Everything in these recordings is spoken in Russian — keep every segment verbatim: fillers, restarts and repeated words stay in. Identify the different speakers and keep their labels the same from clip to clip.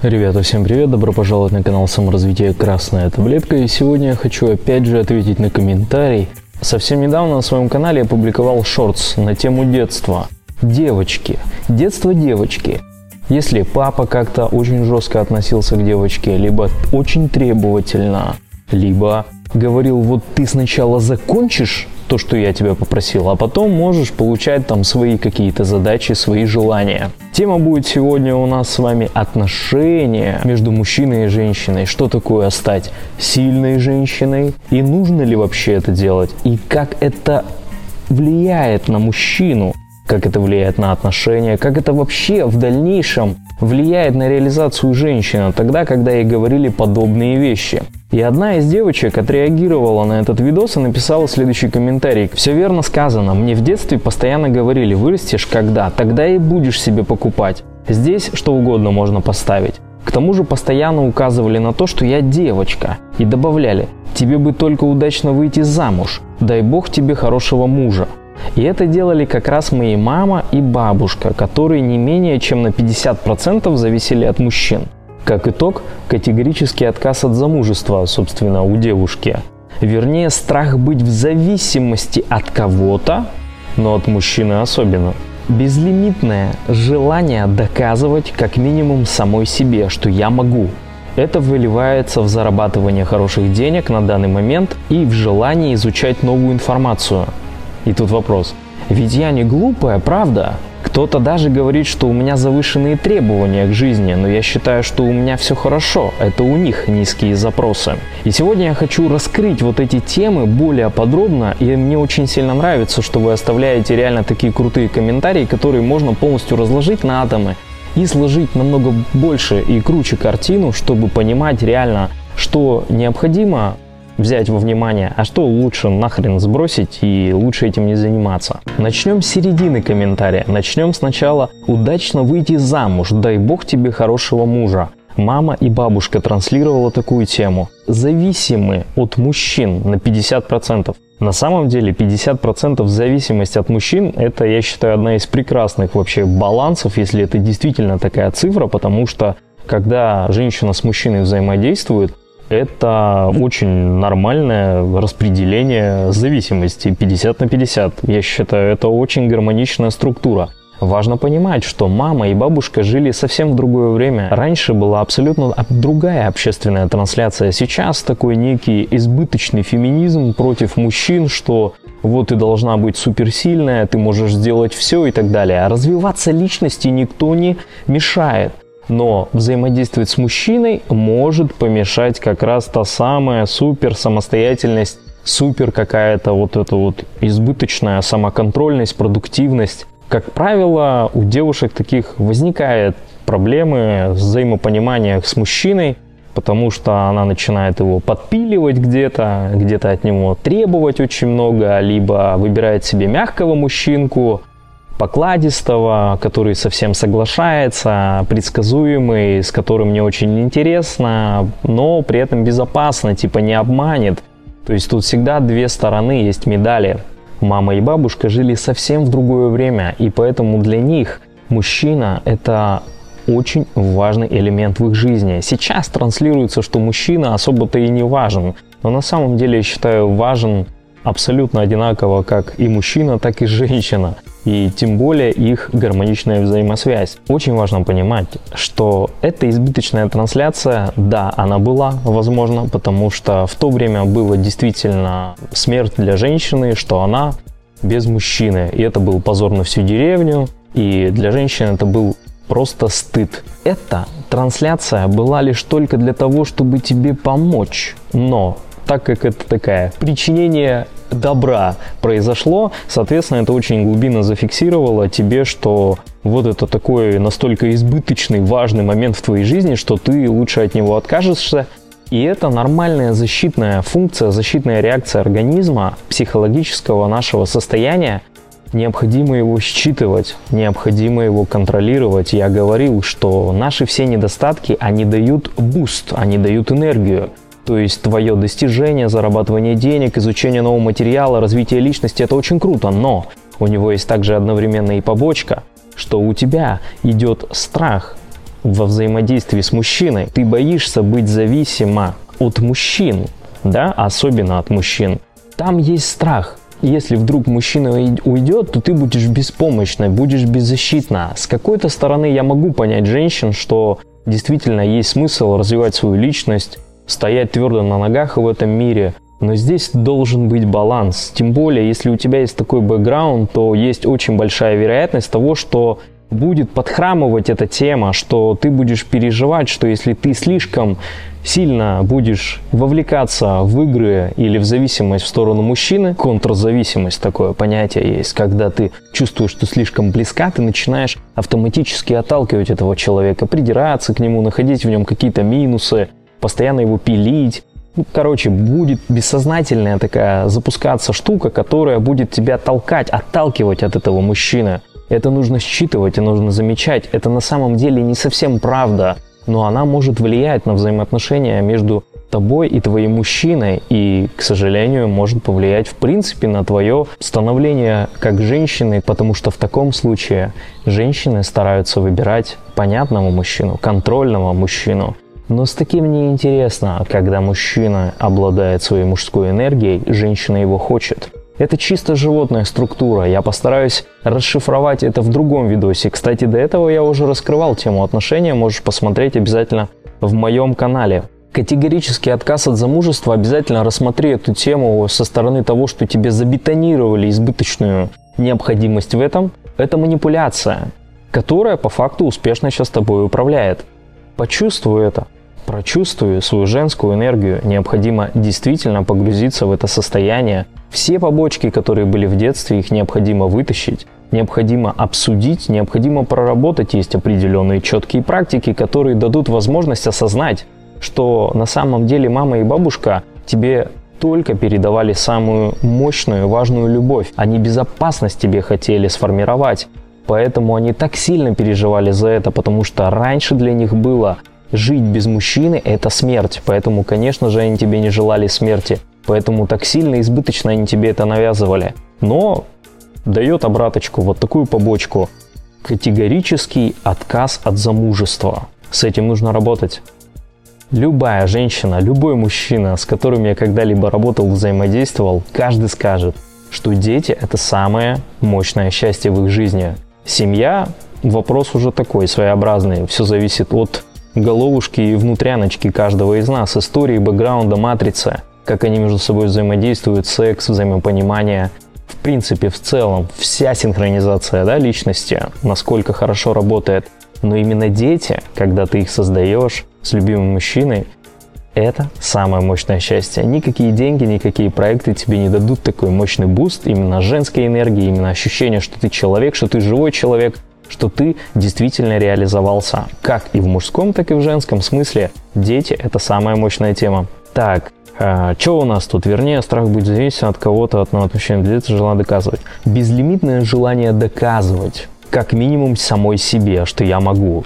Speaker 1: Ребята, всем привет, добро пожаловать на канал саморазвития Красная Таблетка. И сегодня я хочу опять же ответить на комментарий. Совсем недавно на своем канале я публиковал шортс на тему детства. Девочки. Детство девочки. Если папа как-то очень жестко относился к девочке, либо очень требовательно, либо говорил, вот ты сначала закончишь то, что я тебя попросил, а потом можешь получать там свои какие-то задачи, свои желания. Тема будет сегодня у нас с вами отношения между мужчиной и женщиной. Что такое стать сильной женщиной? И нужно ли вообще это делать? И как это влияет на мужчину? Как это влияет на отношения? Как это вообще в дальнейшем влияет на реализацию женщины, тогда, когда ей говорили подобные вещи? И одна из девочек отреагировала на этот видос и написала следующий комментарий. Все верно сказано. Мне в детстве постоянно говорили, вырастешь когда, тогда и будешь себе покупать. Здесь что угодно можно поставить. К тому же постоянно указывали на то, что я девочка. И добавляли, тебе бы только удачно выйти замуж. Дай бог тебе хорошего мужа. И это делали как раз мои мама и бабушка, которые не менее чем на пятьдесят процентов зависели от мужчин. Как итог, категорический отказ от замужества, собственно, у девушки. Вернее, страх быть в зависимости от кого-то, но от мужчины особенно. Безлимитное желание доказывать как минимум самой себе, что я могу. Это выливается в зарабатывание хороших денег на данный момент и в желании изучать новую информацию. И тут вопрос. Ведь я не глупая, правда? Кто-то даже говорит, что у меня завышенные требования к жизни, но я считаю, что у меня все хорошо. Это у них низкие запросы. И сегодня я хочу раскрыть вот эти темы более подробно, и мне очень сильно нравится, что вы оставляете реально такие крутые комментарии, которые можно полностью разложить на атомы и сложить намного больше и круче картину, чтобы понимать реально, что необходимо взять во внимание, а что лучше нахрен сбросить и лучше этим не заниматься. Начнем с середины комментария. Начнем сначала. Удачно выйти замуж, дай бог тебе хорошего мужа. Мама и бабушка транслировала такую тему. Зависимы от мужчин на пятьдесят процентов. На самом деле пятьдесят процентов зависимость от мужчин, это, я считаю, одна из прекрасных вообще балансов, если это действительно такая цифра, потому что когда женщина с мужчиной взаимодействует, это очень нормальное распределение зависимости пятьдесят на пятьдесят. Я считаю, это очень гармоничная структура. Важно понимать, что мама и бабушка жили совсем в другое время. Раньше была абсолютно другая общественная трансляция. Сейчас такой некий избыточный феминизм против мужчин, что вот ты должна быть суперсильная, ты можешь сделать все и так далее. А развиваться личности никто не мешает. Но взаимодействовать с мужчиной может помешать как раз та самая супер самостоятельность, супер какая-то вот эта вот избыточная самоконтрольность, продуктивность. Как правило, у девушек таких возникает проблемы с взаимопониманием с мужчиной, потому что она начинает его подпиливать где-то, где-то от него требовать очень много, либо выбирает себе мягкого мужчинку, покладистого, который совсем соглашается, предсказуемый, с которым мне очень интересно, но при этом безопасно, типа не обманет. То есть тут всегда две стороны есть медали. Мама и бабушка жили совсем в другое время, и поэтому для них мужчина – это очень важный элемент в их жизни. Сейчас транслируется, что мужчина особо-то и не важен, но на самом деле я считаю важен абсолютно одинаково как и мужчина, так и женщина. И тем более их гармоничная взаимосвязь. Очень важно понимать, что эта избыточная трансляция, да, она была возможна, потому что в то время было действительно смерть для женщины, что она без мужчины. И это был позор на всю деревню, и для женщины это был просто стыд. Эта трансляция была лишь только для того, чтобы тебе помочь, но так как это такая причинение добра произошло, соответственно, это очень глубинно зафиксировало тебе, что вот это такой настолько избыточный, важный момент в твоей жизни, что ты лучше от него откажешься. И это нормальная защитная функция, защитная реакция организма, психологического нашего состояния. Необходимо его считывать, необходимо его контролировать. Я говорил, что наши все недостатки, они дают буст, они дают энергию. То есть твое достижение, зарабатывание денег, изучение нового материала, развитие личности – это очень круто, но у него есть также одновременно и побочка, что у тебя идет страх во взаимодействии с мужчиной. Ты боишься быть зависима от мужчин, да, особенно от мужчин. Там есть страх. Если вдруг мужчина уйдет, то ты будешь беспомощной, будешь беззащитна. С какой-то стороны я могу понять женщин, что действительно есть смысл развивать свою личность, стоять твердо на ногах в этом мире. Но здесь должен быть баланс. Тем более, если у тебя есть такой бэкграунд, то есть очень большая вероятность того, что будет подхрамывать эта тема, что ты будешь переживать, что если ты слишком сильно будешь вовлекаться в игры или в зависимость в сторону мужчины, контрзависимость, такое понятие есть, когда ты чувствуешь, что слишком близка, ты начинаешь автоматически отталкивать этого человека, придираться к нему, находить в нем какие-то минусы, постоянно его пилить. Ну, короче, будет бессознательная такая запускаться штука, которая будет тебя толкать, отталкивать от этого мужчины. Это нужно считывать и нужно замечать. Это на самом деле не совсем правда, но она может влиять на взаимоотношения между тобой и твоим мужчиной и, к сожалению, может повлиять в принципе на твое становление как женщины, потому что в таком случае женщины стараются выбирать понятного мужчину, контрольного мужчину. Но с таким неинтересно, когда мужчина обладает своей мужской энергией, женщина его хочет. Это чисто животная структура, я постараюсь расшифровать это в другом видосе. Кстати, до этого я уже раскрывал тему отношения, можешь посмотреть обязательно в моем канале. Категорический отказ от замужества, обязательно рассмотри эту тему со стороны того, что тебе забетонировали избыточную необходимость в этом. Это манипуляция, которая по факту успешно сейчас тобой управляет. Почувствуй это. Прочувствуй свою женскую энергию. Необходимо действительно погрузиться в это состояние. Все побочки, которые были в детстве, их необходимо вытащить, необходимо обсудить, необходимо проработать. Есть определенные четкие практики, которые дадут возможность осознать, что на самом деле мама и бабушка тебе только передавали самую мощную, важную любовь. Они безопасность тебе хотели сформировать. Поэтому они так сильно переживали за это, потому что раньше для них было жить без мужчины – это смерть. Поэтому, конечно же, они тебе не желали смерти. Поэтому так сильно, избыточно они тебе это навязывали. Но дает обраточку, вот такую побочку. Категорический отказ от замужества. С этим нужно работать. Любая женщина, любой мужчина, с которым я когда-либо работал, взаимодействовал, каждый скажет, что дети – это самое мощное счастье в их жизни. Семья – вопрос уже такой, своеобразный. Все зависит от головушки и внутряночки каждого из нас, истории, бэкграунда, матрицы, как они между собой взаимодействуют, секс, взаимопонимание. В принципе, в целом, вся синхронизация, да, личности, насколько хорошо работает. Но именно дети, когда ты их создаешь с любимым мужчиной, это самое мощное счастье. Никакие деньги, никакие проекты тебе не дадут такой мощный буст именно женской энергии, именно ощущение, что ты человек, что ты живой человек, что ты действительно реализовался. Как и в мужском, так и в женском смысле. Дети – это самая мощная тема. Так, э, что у нас тут? Вернее, страх быть зависим от кого-то, от одного мужчины. Дети желание доказывать. Безлимитное желание доказывать, как минимум самой себе, что я могу.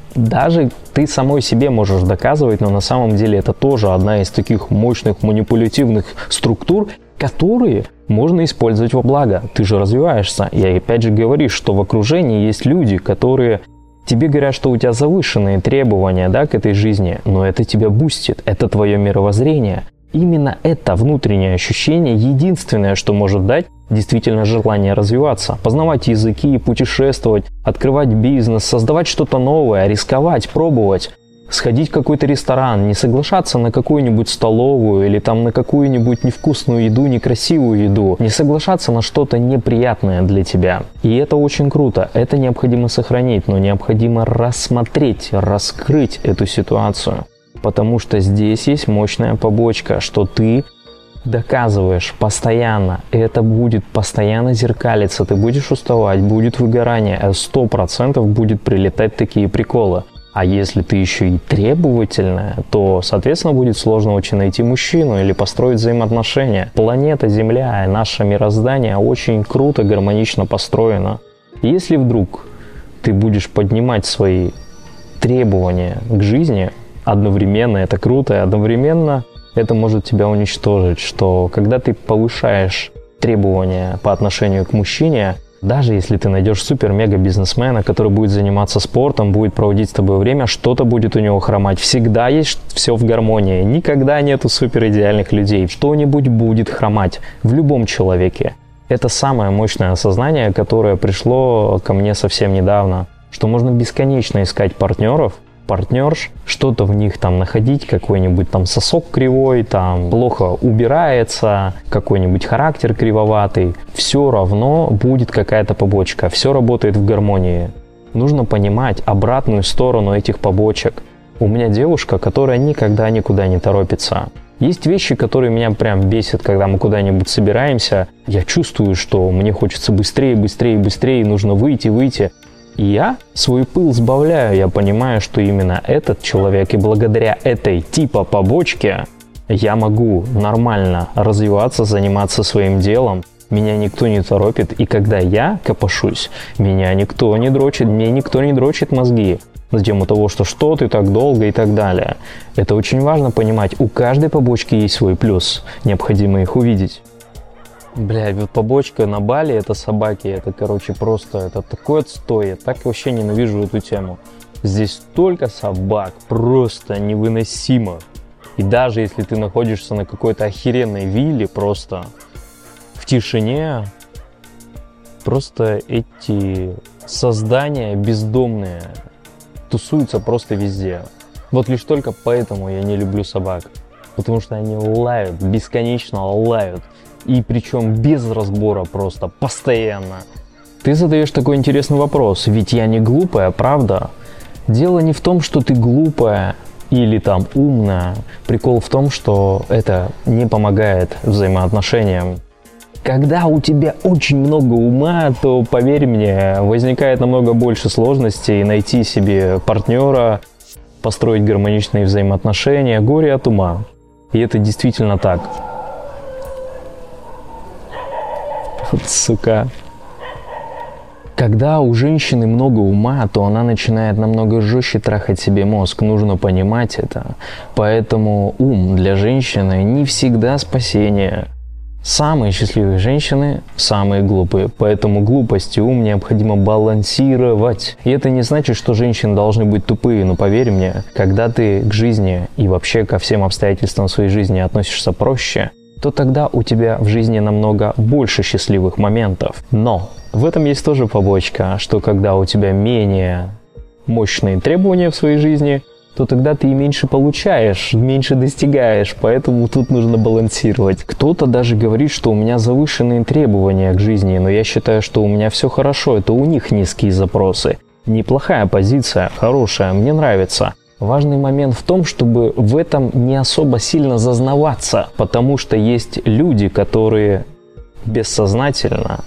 Speaker 1: Даже ты самой себе можешь доказывать, но на самом деле это тоже одна из таких мощных манипулятивных структур, которые можно использовать во благо. Ты же развиваешься. И опять же говоришь, что в окружении есть люди, которые тебе говорят, что у тебя завышенные требования, да, к этой жизни, но это тебя бустит, это твое мировоззрение. Именно это внутреннее ощущение единственное, что может дать действительно желание развиваться, познавать языки, путешествовать, открывать бизнес, создавать что-то новое, рисковать, пробовать, сходить в какой-то ресторан, не соглашаться на какую-нибудь столовую или там на какую-нибудь невкусную еду, некрасивую еду, не соглашаться на что-то неприятное для тебя. И это очень круто, это необходимо сохранить, но необходимо рассмотреть, раскрыть эту ситуацию, потому что здесь есть мощная побочка, что ты доказываешь постоянно, и это будет постоянно зеркалиться, ты будешь уставать, будет выгорание, а сто процентов будет прилетать такие приколы. А если ты еще и требовательная, то, соответственно, будет сложно очень найти мужчину или построить взаимоотношения. Планета Земля и наше мироздание очень круто, гармонично построено. Если вдруг ты будешь поднимать свои требования к жизни одновременно, это круто, и одновременно это может тебя уничтожить, что когда ты повышаешь требования по отношению к мужчине, Даже если ты найдешь супер-мега-бизнесмена, который будет заниматься спортом, будет проводить с тобой время, что-то будет у него хромать. Всегда есть все в гармонии. Никогда нету суперидеальных людей. Что-нибудь будет хромать в любом человеке. Это самое мощное осознание, которое пришло ко мне совсем недавно. Что можно бесконечно искать партнеров, партнерш, что-то в них там находить, какой-нибудь там сосок кривой, там плохо убирается, какой-нибудь характер кривоватый. Все равно будет какая-то побочка, все работает в гармонии. Нужно понимать обратную сторону этих побочек. У меня девушка, которая никогда никуда не торопится. Есть вещи, которые меня прям бесят, когда мы куда-нибудь собираемся. Я чувствую, что мне хочется быстрее, быстрее, быстрее, нужно выйти, выйти. И я свой пыл сбавляю, я понимаю, что именно этот человек, и благодаря этой типа побочке я могу нормально развиваться, заниматься своим делом. Меня никто не торопит, и когда я копошусь, меня никто не дрочит, мне никто не дрочит мозги на тему того, что что ты так долго и так далее. Это очень важно понимать, у каждой побочки есть свой плюс, необходимо их увидеть. Бля, вот побочка на Бали, это собаки, это, короче, просто, это такой отстой, я так вообще ненавижу эту тему. Здесь столько собак, просто невыносимо. И даже если ты находишься на какой-то охеренной вилле, просто в тишине, просто эти создания бездомные тусуются просто везде. Вот лишь только поэтому я не люблю собак, потому что они лают, бесконечно лают. И причем без разбора просто, постоянно. Ты задаешь такой интересный вопрос, ведь я не глупая, правда? Дело не в том, что ты глупая или там умная. Прикол в том, что это не помогает взаимоотношениям. Когда у тебя очень много ума, то, поверь мне, возникает намного больше сложностей найти себе партнера, построить гармоничные взаимоотношения, горе от ума. И это действительно так. Вот сука. Когда у женщины много ума, то она начинает намного жестче трахать себе мозг. Нужно понимать это. Поэтому ум для женщины не всегда спасение. Самые счастливые женщины – самые глупые. Поэтому глупость и ум необходимо балансировать. И это не значит, что женщины должны быть тупые. Но поверь мне, когда ты к жизни и вообще ко всем обстоятельствам своей жизни относишься проще, то тогда у тебя в жизни намного больше счастливых моментов. Но в этом есть тоже побочка, что когда у тебя менее мощные требования в своей жизни, то тогда ты и меньше получаешь, меньше достигаешь, поэтому тут нужно балансировать. Кто-то даже говорит, что у меня завышенные требования к жизни, но я считаю, что у меня все хорошо, это у них низкие запросы. Неплохая позиция, хорошая, мне нравится. Важный момент в том, чтобы в этом не особо сильно зазнаваться, потому что есть люди, которые бессознательно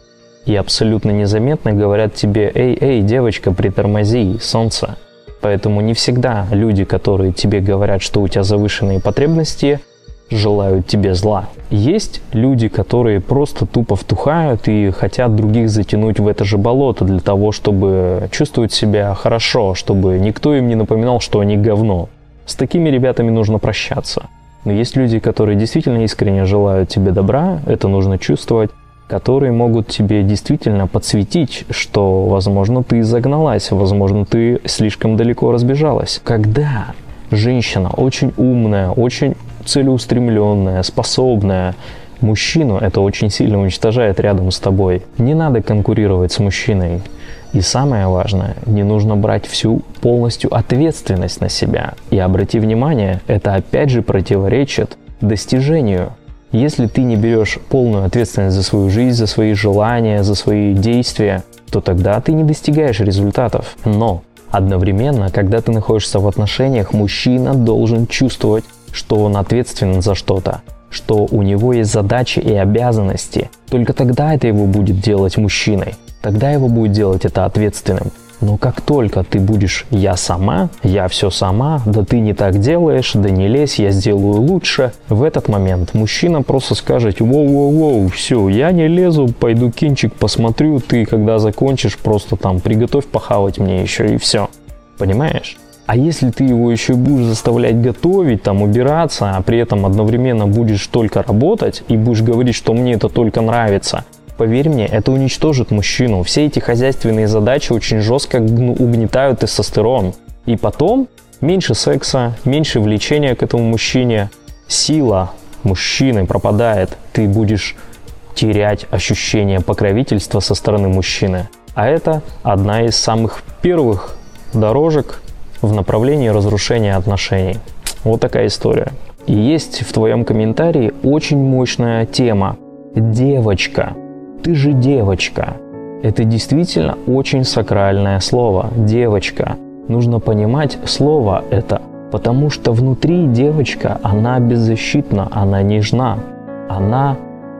Speaker 1: и абсолютно незаметно говорят тебе: «Эй, эй, девочка, притормози, солнце». Поэтому не всегда люди, которые тебе говорят, что у тебя завышенные потребности, желают тебе зла. Есть люди, которые просто тупо втухают и хотят других затянуть в это же болото для того, чтобы чувствовать себя хорошо, чтобы никто им не напоминал, что они говно. С такими ребятами нужно прощаться. Но есть люди, которые действительно искренне желают тебе добра, это нужно чувствовать, которые могут тебе действительно подсветить, что, возможно, ты загналась, возможно, ты слишком далеко разбежалась. Когда женщина очень умная, очень целеустремленная, способная, мужчину это очень сильно уничтожает рядом с тобой. Не надо конкурировать с мужчиной. И самое важное, не нужно брать всю полностью ответственность на себя. И обрати внимание, это опять же противоречит достижению. Если ты не берешь полную ответственность за свою жизнь, за свои желания, за свои действия, то тогда ты не достигаешь результатов. Но одновременно, когда ты находишься в отношениях, мужчина должен чувствовать, что он ответственен за что-то, что у него есть задачи и обязанности. Только тогда это его будет делать мужчиной. Тогда его будет делать это ответственным. Но как только ты будешь «я сама», «я все сама», «да ты не так делаешь», «да не лезь, я сделаю лучше», в этот момент мужчина просто скажет: «Воу-воу-воу, все, я не лезу, пойду кинчик посмотрю, ты когда закончишь, просто там приготовь похавать мне еще и все». Понимаешь? А если ты его еще будешь заставлять готовить, там, убираться, а при этом одновременно будешь только работать и будешь говорить, что мне это только нравится, Поверь мне, это уничтожит мужчину. Все эти хозяйственные задачи очень жестко угнетают тестостерон. И потом меньше секса, меньше влечения к этому мужчине, сила мужчины пропадает. Ты будешь терять ощущение покровительства со стороны мужчины. А это одна из самых первых дорожек в направлении разрушения отношений. Вот такая история. И есть в твоем комментарии очень мощная тема. Девочка. Ты же девочка. Это действительно очень сакральное слово. Девочка. Нужно понимать слово это, потому что внутри девочка, она беззащитна, она нежна, она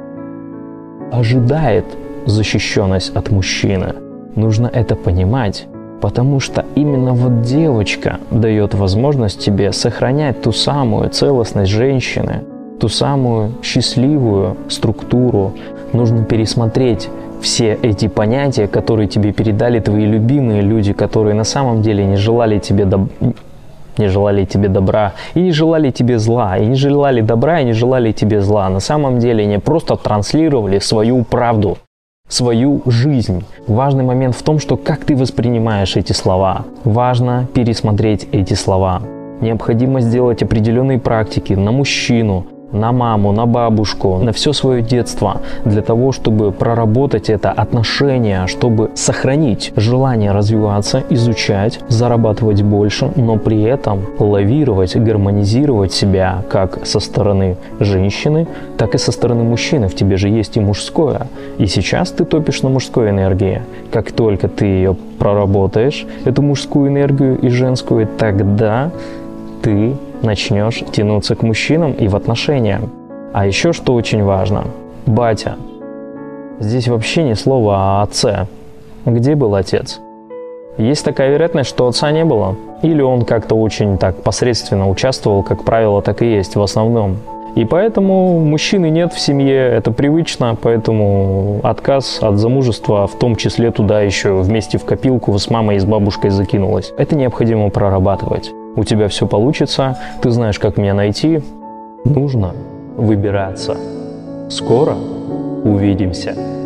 Speaker 1: ожидает защищенность от мужчины. Нужно это понимать, потому что именно вот девочка дает возможность тебе сохранять ту самую целостность женщины, ту самую счастливую структуру. Нужно пересмотреть все эти понятия, которые тебе передали твои любимые люди, которые на самом деле не желали тебе доб... не желали тебе добра и не желали тебе зла, и не желали добра, и не желали тебе зла. На самом деле они просто транслировали свою правду, свою жизнь. Важный момент в том, что как ты воспринимаешь эти слова. Важно пересмотреть эти слова. Необходимо сделать определенные практики на мужчину, на маму, на бабушку, на все свое детство, для того, чтобы проработать это отношение, чтобы сохранить желание развиваться, изучать, зарабатывать больше, но при этом лавировать, гармонизировать себя как со стороны женщины, так и со стороны мужчины. В тебе же есть и мужское. И сейчас ты топишь на мужской энергии. Как только ты ее проработаешь, эту мужскую энергию и женскую, тогда ты начнешь тянуться к мужчинам и в отношения. А еще что очень важно. Батя. Здесь вообще ни слова о отце. Где был отец? Есть такая вероятность, что отца не было. Или он как-то очень так посредственно участвовал, как правило, так и есть в основном. И поэтому мужчины нет в семье, это привычно, поэтому отказ от замужества, в том числе туда еще вместе в копилку с мамой и с бабушкой закинулось. Это необходимо прорабатывать. У тебя все получится, ты знаешь, как меня найти. Нужно выбираться. Скоро увидимся.